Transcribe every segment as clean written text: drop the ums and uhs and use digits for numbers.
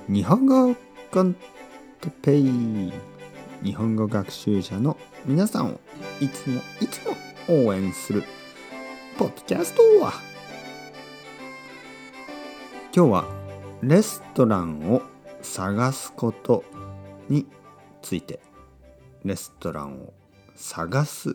日本語コンテペイ、日本語学習者の皆さんをいつも応援するポッドキャストは、今日はレストランを探すことについて。レストランを探す。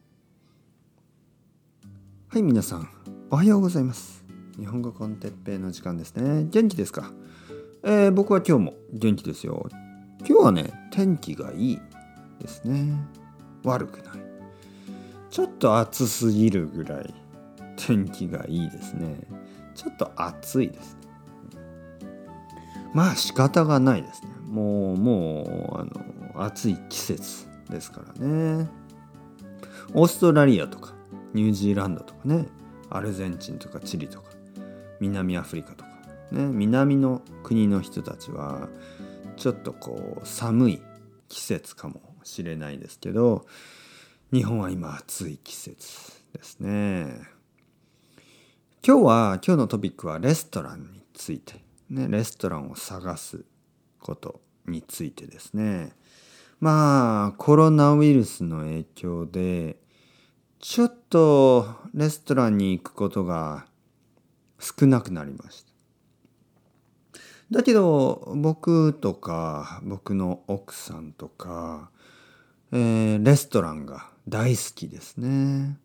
はい、皆さんおはようございます。日本語コンテッペイの時間ですね。元気ですか？僕は今日も元気ですよ。今日はね、天気がいいですね。悪くない。ちょっと暑すぎるぐらい天気がいいですね。ちょっと暑いですね。まあ仕方がないですね。もう暑い季節ですからね。オーストラリアとかニュージーランドとかね、アルゼンチンとかチリとか南アフリカとかね、南の国の人たちはちょっと寒い季節かもしれないですけど、日本は今暑い季節ですね。今日のトピックはレストランについてね、レストランを探すことについてですね。まあコロナウイルスの影響でちょっとレストランに行くことが少なくなりました。だけど僕とか僕の奥さんとか、レストランが大好きですね。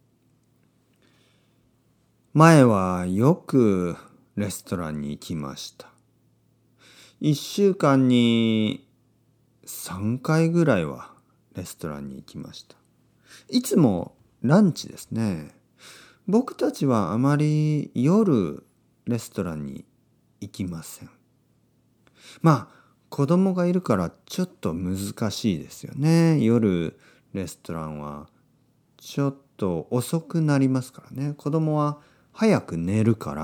前はよくレストランに行きました。1週間に3回ぐらいはレストランに行きました。いつもランチですね。僕たちはあまり夜レストランに行きません。まあ子供がいるからちょっと難しいですよね。夜レストランはちょっと遅くなりますからね。子供は早く寝るから、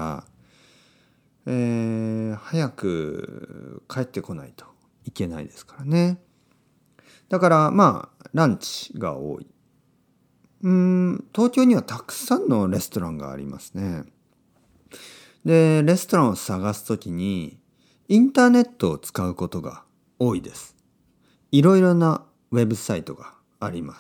早く帰ってこないといけないですからね。だからまあランチが多い。東京にはたくさんのレストランがありますね。で、レストランを探すときにインターネットを使うことが多いです。いろいろなウェブサイトがあります。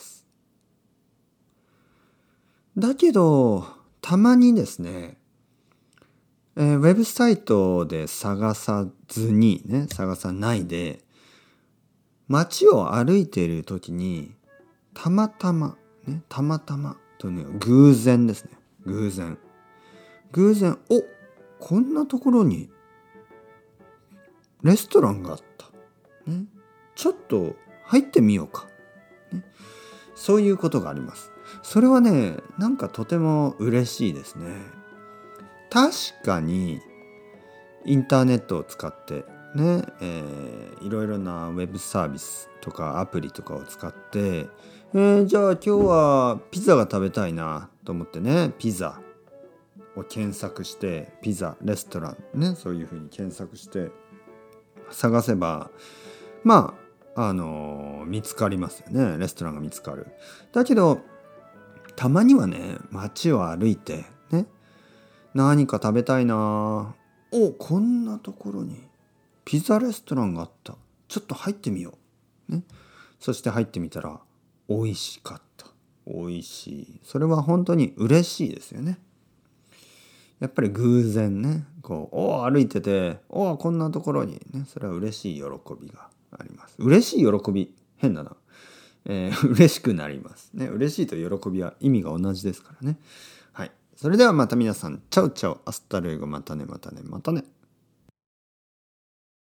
だけどたまにですね、ウェブサイトで探さないで街を歩いているときにたまたまとね、偶然ですね。偶然、こんなところにレストランがあった。ね、ちょっと入ってみようか。ね、そういうことがあります。それはね、なんかとても嬉しいですね。確かにインターネットを使ってね、いろいろなウェブサービスとかアプリとかを使って、じゃあ今日はピザが食べたいなと思ってね、ピザを検索して、ピザレストランね、そういうふうに検索して探せばまあ見つかりますよね。レストランが見つかる。だけどたまにはね、街を歩いてね、何か食べたいな、こんなところにピザレストランがあった、ちょっと入ってみよう、ね、そして入ってみたら美味しかった。美味しい。それは本当に嬉しいですよね。やっぱり偶然ね、歩いてて、こんなところにね、それは嬉しい喜びがあります。嬉しい喜び、変だな。嬉しくなりますね。嬉しいと喜びは意味が同じですからね。はい。それではまた皆さん、チャウチャウ、アスタルエゴ、またね。